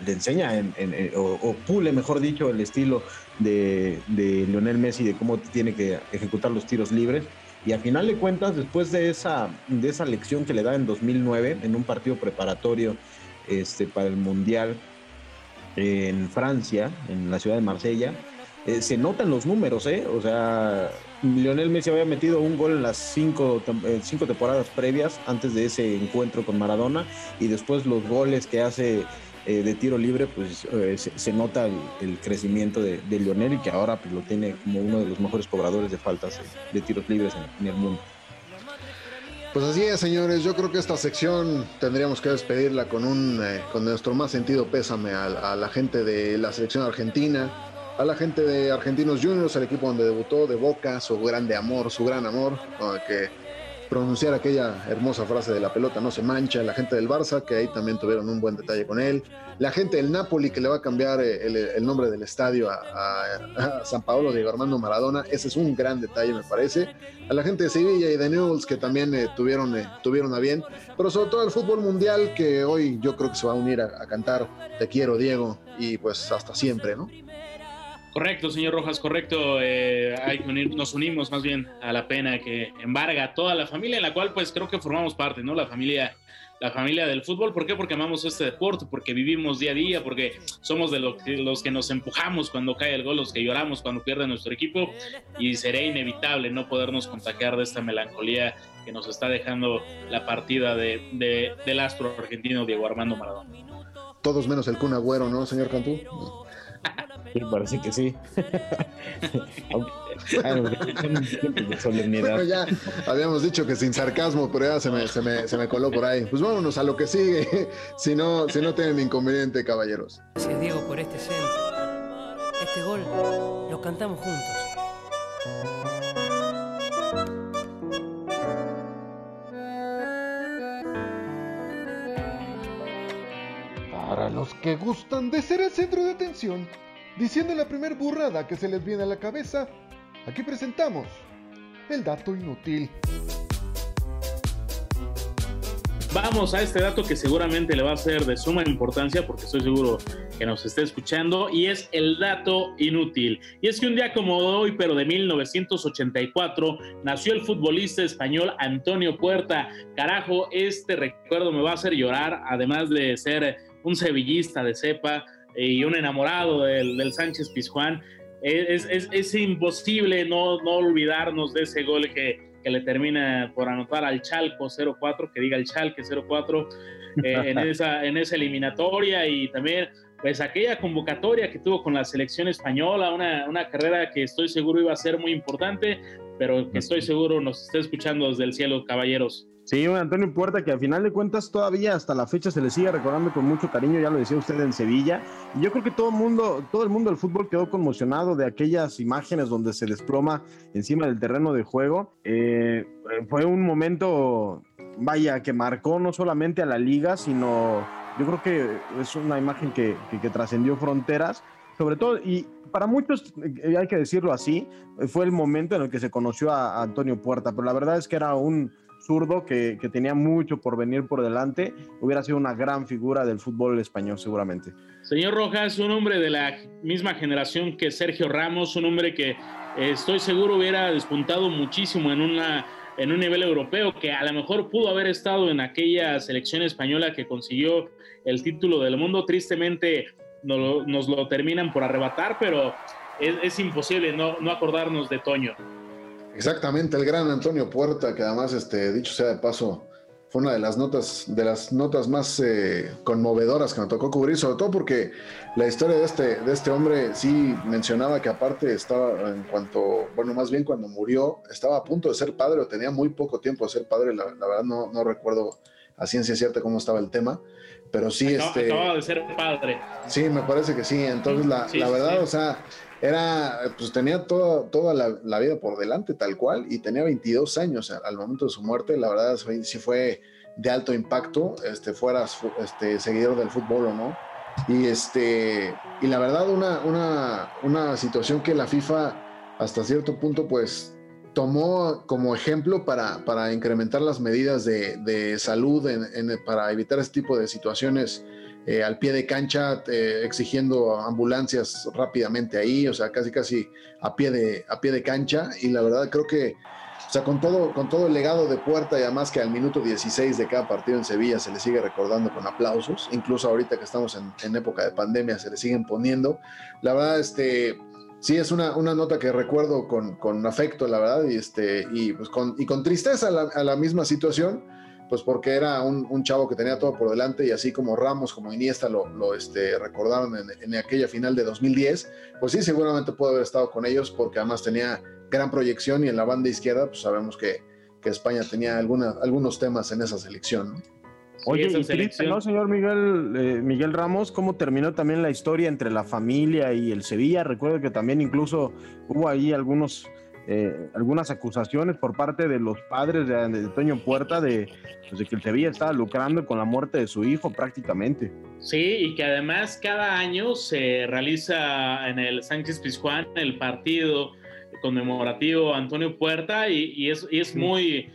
o pule, mejor dicho, el estilo de Lionel Messi, de cómo tiene que ejecutar los tiros libres. Y a final de cuentas, después de esa lección que le da en 2009, en un partido preparatorio para el Mundial en Francia, en la ciudad de Marsella, se notan los números, O sea, Lionel Messi había metido un gol en las cinco temporadas previas, antes de ese encuentro con Maradona, y después los goles que hace de tiro libre, pues se nota el crecimiento de Lionel, y que ahora pues lo tiene como uno de los mejores cobradores de faltas de tiros libres en el mundo. Pues así es, señores. Yo creo que esta sección tendríamos que despedirla con nuestro más sentido pésame a la gente de la selección argentina, a la gente de Argentinos Juniors, el equipo donde debutó, de Boca, su gran amor, con el que pronunciar aquella hermosa frase de la pelota no se mancha, la gente del Barça, que ahí también tuvieron un buen detalle con él, la gente del Napoli, que le va a cambiar el nombre del estadio a San Paolo Diego Armando Maradona. Ese es un gran detalle, me parece. A la gente de Sevilla y de Newell's, que también tuvieron a bien, pero sobre todo al fútbol mundial, que hoy yo creo que se va a unir a cantar Te quiero, Diego, y pues hasta siempre, ¿no? Correcto, señor Rojas, correcto. Nos unimos más bien a la pena que embarga a toda la familia, en la cual pues creo que formamos parte, ¿no? La familia del fútbol. ¿Por qué? Porque amamos este deporte, porque vivimos día a día, porque somos de los que nos empujamos cuando cae el gol, los que lloramos cuando pierde nuestro equipo, y sería inevitable no podernos contagiar de esta melancolía que nos está dejando la partida del astro argentino Diego Armando Maradona. Todos menos el Kun Agüero, ¿no, señor Cantú? Sí, parece que sí. Bueno, ya habíamos dicho que sin sarcasmo, pero ya se me coló por ahí. Pues vámonos a lo que sigue, si no tienen inconveniente, caballeros. Gracias, Diego, por este centro. Este gol lo cantamos juntos. Para los que gustan de ser el centro de atención, diciendo la primer burrada que se les viene a la cabeza, aquí presentamos el dato inútil. Vamos a este dato que seguramente le va a ser de suma importancia porque estoy seguro que nos esté escuchando, y es el dato inútil. Y es que un día como hoy, pero de 1984, nació el futbolista español Antonio Puerta. Carajo, este recuerdo me va a hacer llorar, además de ser un sevillista de cepa y un enamorado del Sánchez Pizjuán. Es imposible no olvidarnos de ese gol que le termina por anotar al Schalke 04, que diga el Schalke 04, en esa eliminatoria, y también pues aquella convocatoria que tuvo con la selección española, una carrera que estoy seguro iba a ser muy importante, pero que estoy seguro nos está escuchando desde el cielo, caballeros. Sí, un Antonio Puerta que a final de cuentas todavía hasta la fecha se le sigue recordando con mucho cariño, ya lo decía usted, en Sevilla, y yo creo que todo el mundo del fútbol quedó conmocionado de aquellas imágenes donde se desploma encima del terreno de juego. Fue un momento, vaya, que marcó no solamente a la liga, sino yo creo que es una imagen que trascendió fronteras, sobre todo, y para muchos, hay que decirlo así, fue el momento en el que se conoció a Antonio Puerta, pero la verdad es que era un zurdo que tenía mucho por venir por delante, hubiera sido una gran figura del fútbol español seguramente. Señor Rojas, un hombre de la misma generación que Sergio Ramos, un hombre que estoy seguro hubiera despuntado muchísimo en un nivel europeo, que a lo mejor pudo haber estado en aquella selección española que consiguió el título del mundo. Tristemente nos lo terminan por arrebatar, pero es imposible no acordarnos de Toño. Exactamente, el gran Antonio Puerta, que además, dicho sea de paso, fue una de las notas más conmovedoras que me tocó cubrir, sobre todo porque la historia de este hombre sí mencionaba que aparte estaba cuando murió, estaba a punto de ser padre, o tenía muy poco tiempo de ser padre, la verdad no recuerdo a ciencia cierta cómo estaba el tema, pero sí acababa de ser padre. Sí, me parece que sí, entonces la verdad, sí. O sea, tenía toda la vida por delante, tal cual, y tenía 22 años al momento de su muerte. La verdad sí fue de alto impacto, fueras seguidor del fútbol o no, y la verdad una situación que la FIFA hasta cierto punto pues tomó como ejemplo para incrementar las medidas de salud para evitar este tipo de situaciones al pie de cancha, exigiendo ambulancias rápidamente ahí, o sea, casi a pie de cancha. Y la verdad creo que, o sea, con todo el legado de Puerta, y además que al minuto 16 de cada partido en Sevilla se le sigue recordando con aplausos, incluso ahorita que estamos en época de pandemia se le siguen poniendo. La verdad, sí, es una nota que recuerdo con afecto, la verdad, y con tristeza a la misma situación, pues porque era un chavo que tenía todo por delante, y así como Ramos, como Iniesta lo recordaron en aquella final de 2010, pues sí, seguramente puede haber estado con ellos, porque además tenía gran proyección, y en la banda izquierda, pues sabemos que España tenía algunos temas en esa selección, ¿no? Oye, y triste, ¿no, señor Miguel Ramos? ¿Cómo terminó también la historia entre la familia y el Sevilla? Recuerdo que también incluso hubo ahí algunas acusaciones por parte de los padres de Toño Puerta de que el Sevilla estaba lucrando con la muerte de su hijo prácticamente. Sí, y que además cada año se realiza en el Sánchez Pizjuán el partido conmemorativo a Antonio Puerta, y es muy...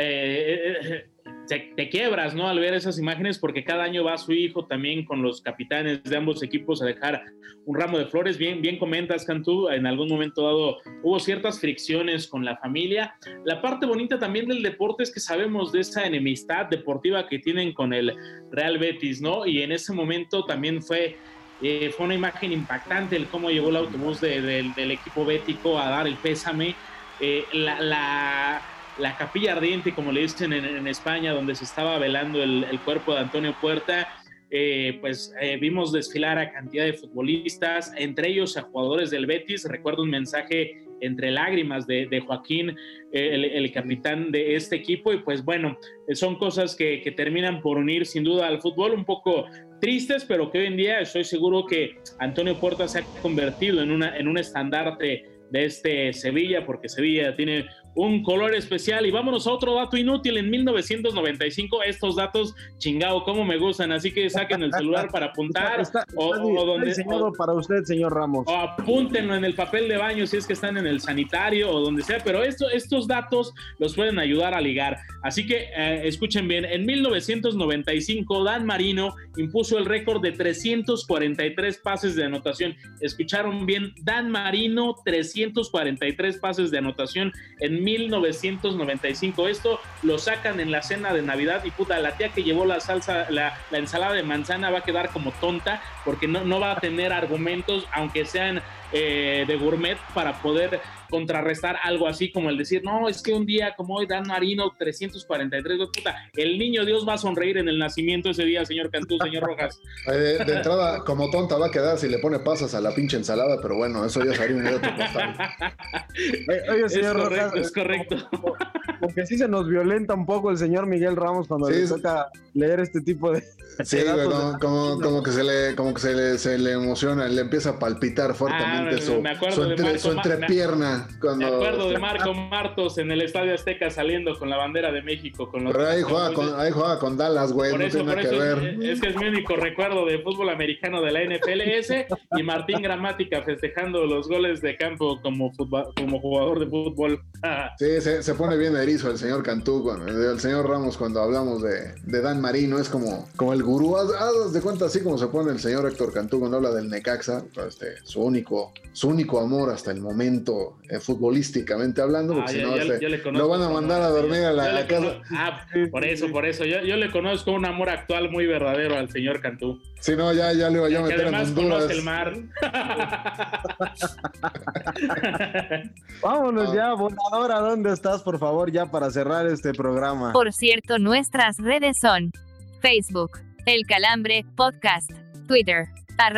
te quiebras, ¿no?, al ver esas imágenes, porque cada año va su hijo también con los capitanes de ambos equipos a dejar un ramo de flores. Bien comentas, Cantú, en algún momento dado hubo ciertas fricciones con la familia. La parte bonita también del deporte es que sabemos de esa enemistad deportiva que tienen con el Real Betis, ¿no? Y en ese momento también fue una imagen impactante el cómo llegó el autobús del equipo bético a dar el pésame. La capilla ardiente, como le dicen en España, donde se estaba velando el cuerpo de Antonio Puerta, vimos desfilar a cantidad de futbolistas, entre ellos a jugadores del Betis. Recuerdo un mensaje entre lágrimas de Joaquín, el capitán de este equipo, y pues bueno, son cosas que terminan por unir sin duda al fútbol, un poco tristes, pero que hoy en día estoy seguro que Antonio Puerta se ha convertido en un estandarte de este Sevilla, porque Sevilla tiene un color especial. Y vámonos a otro dato inútil. En 1995, estos datos, chingado, cómo me gustan, así que saquen el celular para apuntar, está diseñado para usted, señor Ramos, o apúntenlo en el papel de baño si es que están en el sanitario o donde sea, pero estos datos los pueden ayudar a ligar. Así que escuchen bien, en 1995 Dan Marino impuso el récord de 343 pases de anotación. Escucharon bien, Dan Marino, 343 pases de anotación en 1995. Esto lo sacan en la cena de Navidad y puta, la tía que llevó la ensalada de manzana va a quedar como tonta, porque no va a tener argumentos, aunque sean de gourmet, para poder contrarrestar algo así como el decir, no, es que un día como hoy Dan Marino 343, puta, el niño Dios va a sonreír en el nacimiento ese día, señor Cantú, señor Rojas. De entrada, como tonta va a quedar si le pone pasas a la pinche ensalada, pero bueno, eso ya sería un otro costal. Oye, señor Rojas, Rojas, es correcto. Porque sí se nos violenta un poco el señor Miguel Ramos cuando le toca leer este tipo de... Sí, güey, como que se le emociona, le empieza a palpitar fuertemente su entrepierna. Me acuerdo de Marco Martos en el Estadio Azteca saliendo con la bandera de México. Pero ahí juega con Dallas, güey, no tiene nada que ver. Es que es mi único recuerdo de fútbol americano de la NFL y Martín Gramática festejando los goles de campo como jugador de fútbol. Sí, se pone bien erizo el señor Cantú, el señor Ramos, cuando hablamos de Dan Marino, es como el gurú. Haz de cuenta, así como se pone el señor Héctor Cantú cuando habla del Necaxa, su único amor hasta el momento, futbolísticamente hablando, porque si no lo van a mandar a dormir a la casa. Por eso, yo le conozco un amor actual muy verdadero al señor Cantú. Si no, ya le iba yo a meter en Honduras. Conoce el mar. Vámonos ya, Voladora, ¿dónde estás, por favor, ya para cerrar este programa? Por cierto, nuestras redes son Facebook, El Calambre Podcast, Twitter,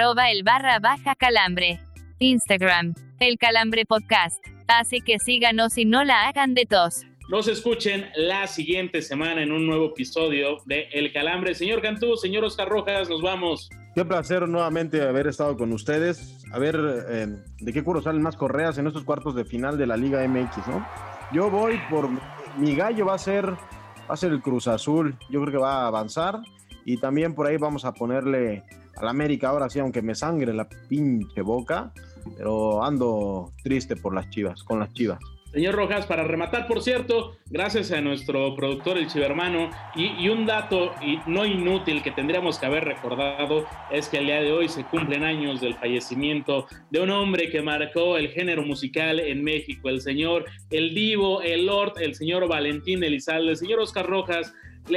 @el_calambre, Instagram, El Calambre Podcast. Así que síganos y no la hagan de tos. Nos escuchen la siguiente semana en un nuevo episodio de El Calambre. Señor Cantú, señor Oscar Rojas, nos vamos. Qué placer nuevamente haber estado con ustedes. A ver de qué cuero salen más correas en estos cuartos de final de la Liga MX, ¿no? Yo voy por... Mi gallo va a ser el Cruz Azul. Yo creo que va a avanzar. Y también por ahí vamos a ponerle al América, ahora sí, aunque me sangre la pinche boca. Pero ando triste por las Chivas, con las Chivas. Señor Rojas, para rematar, por cierto, gracias a nuestro productor, el Chivermano, y un dato no inútil que tendríamos que haber recordado es que el día de hoy se cumplen años del fallecimiento de un hombre que marcó el género musical en México, el señor, el divo, el lord, el señor Valentín Elizalde. Señor Oscar Rojas,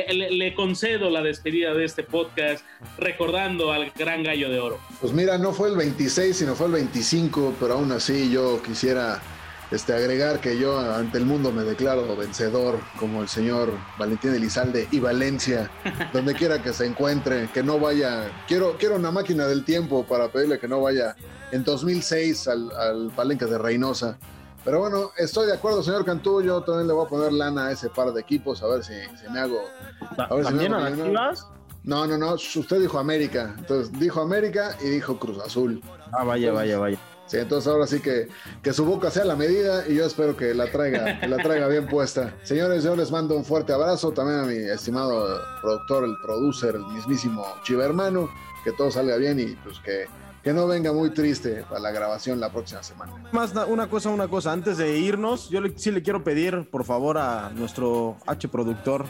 le concedo la despedida de este podcast recordando al gran Gallo de Oro. Pues mira, no fue el 26, sino fue el 25, pero aún así yo quisiera agregar que yo ante el mundo me declaro vencedor, como el señor Valentín Elizalde y Valencia, donde quiera que se encuentre, que no vaya, quiero una máquina del tiempo para pedirle que no vaya en 2006 al Palenque de Reynosa. Pero bueno, estoy de acuerdo, señor Cantú, yo también le voy a poner lana a ese par de equipos, a ver si me hago... ¿También a las Chivas? No, usted dijo América, entonces dijo América y dijo Cruz Azul. Vaya. Sí, entonces ahora sí que su boca sea la medida y yo espero que la traiga bien puesta. Señores, yo les mando un fuerte abrazo, también a mi estimado productor, el producer, el mismísimo Chivermano, que todo salga bien y pues que no venga muy triste a la grabación la próxima semana. Más una cosa, antes de irnos, yo sí le quiero pedir, por favor, a nuestro productor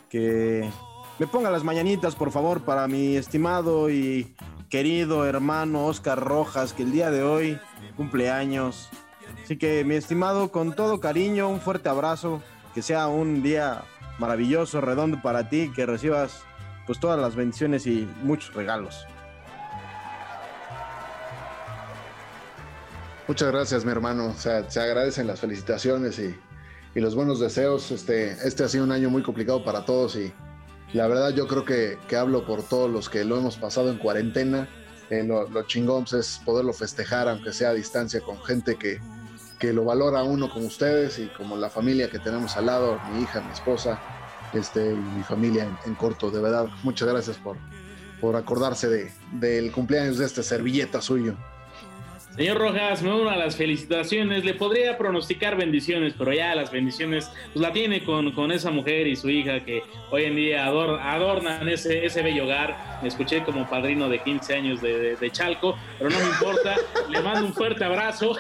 que me ponga las mañanitas, por favor, para mi estimado y querido hermano Oscar Rojas, que el día de hoy cumpleaños. Así que, mi estimado, con todo cariño, un fuerte abrazo, que sea un día maravilloso, redondo para ti, que recibas pues todas las bendiciones y muchos regalos. Muchas gracias, mi hermano. O sea, se agradecen las felicitaciones y los buenos deseos. Este ha sido un año muy complicado para todos y La verdad yo creo que hablo por todos los que lo hemos pasado en cuarentena. Lo chingón pues, es poderlo festejar, aunque sea a distancia, con gente que lo valora a uno como ustedes y como la familia que tenemos al lado, mi hija, mi esposa, y mi familia en corto. De verdad, muchas gracias por acordarse del cumpleaños de este servilleta suyo. Señor Rojas, me uno a las felicitaciones. Le podría pronosticar bendiciones, pero ya las bendiciones pues la tiene con esa mujer y su hija que hoy en día adornan ese bello hogar. Me escuché como padrino de 15 años de Chalco, pero no me importa. Le mando un fuerte abrazo.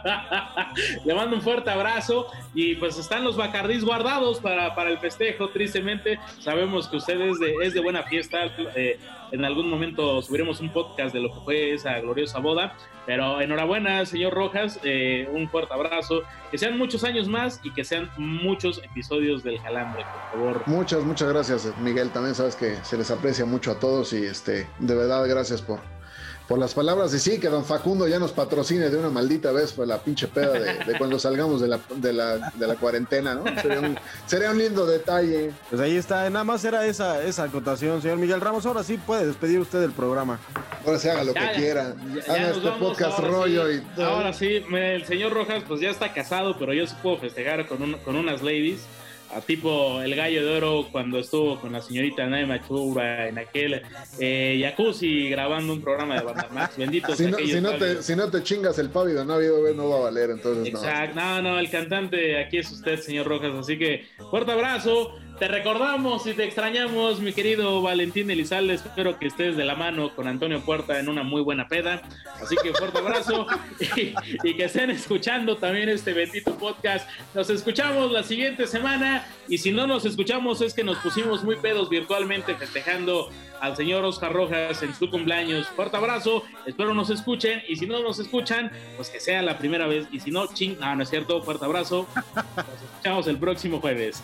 Le mando un fuerte abrazo. Y pues están los Bacardís guardados para el festejo. Tristemente, sabemos que usted es de buena fiesta. En algún momento subiremos un podcast de lo que fue esa gloriosa boda. Pero enhorabuena, señor Rojas, un fuerte abrazo, que sean muchos años más y que sean muchos episodios del Calambre, por favor. Muchas gracias, Miguel, también sabes que se les aprecia mucho a todos y de verdad gracias por las palabras. Y sí, que don Facundo ya nos patrocine de una maldita vez por la pinche peda de cuando salgamos de la cuarentena, ¿no? Sería un lindo detalle. Pues ahí está, nada más era esa acotación, señor Miguel Ramos. Ahora sí puede despedir usted del programa. Ahora se haga lo que quiera. Haga este podcast rollo sí, y... Ahora sí, el señor Rojas pues ya está casado, pero yo sí puedo festejar con unas ladies. A tipo el Gallo de Oro cuando estuvo con la señorita Naima Chura en aquel jacuzzi grabando un programa de Bandamax. Benditos si no te chingas el Pavi no va a valer, entonces. Exacto, no, el cantante aquí es usted, señor Rojas, así que fuerte abrazo. Te recordamos y te extrañamos, mi querido Valentín Elizalde. Espero que estés de la mano con Antonio Puerta en una muy buena peda. Así que fuerte abrazo y que estén escuchando también este bendito podcast. Nos escuchamos la siguiente semana y si no nos escuchamos es que nos pusimos muy pedos virtualmente festejando al señor Oscar Rojas en su cumpleaños. Fuerte abrazo, espero nos escuchen y si no nos escuchan, pues que sea la primera vez y si no, no es cierto, fuerte abrazo. Nos escuchamos el próximo jueves.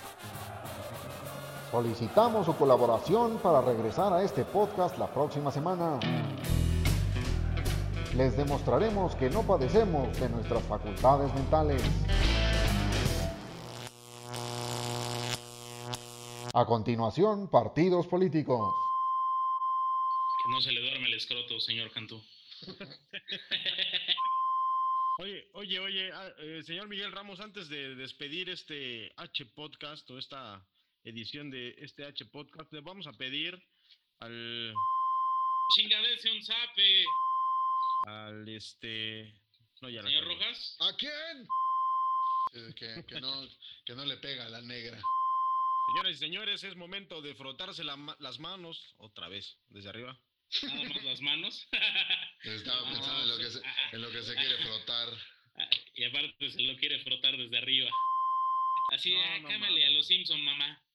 Solicitamos su colaboración para regresar a este podcast la próxima semana. Les demostraremos que no padecemos de nuestras facultades mentales. A continuación, partidos políticos. Que no se le duerme el escroto, señor Cantú. Oye, señor Miguel Ramos, antes de despedir este H-Podcast o esta edición de este H-Podcast, le vamos a pedir al... Chingadese un zape. Al No, ya ¿Señor Rojas? ¿A quién? Que no le pega a la negra. Señoras y señores, es momento de frotarse las manos otra vez, desde arriba. Nada más las manos. Estaba pensando en lo que se quiere frotar. Y aparte se lo quiere frotar desde arriba. Así, cámale a los Simpson, mamá.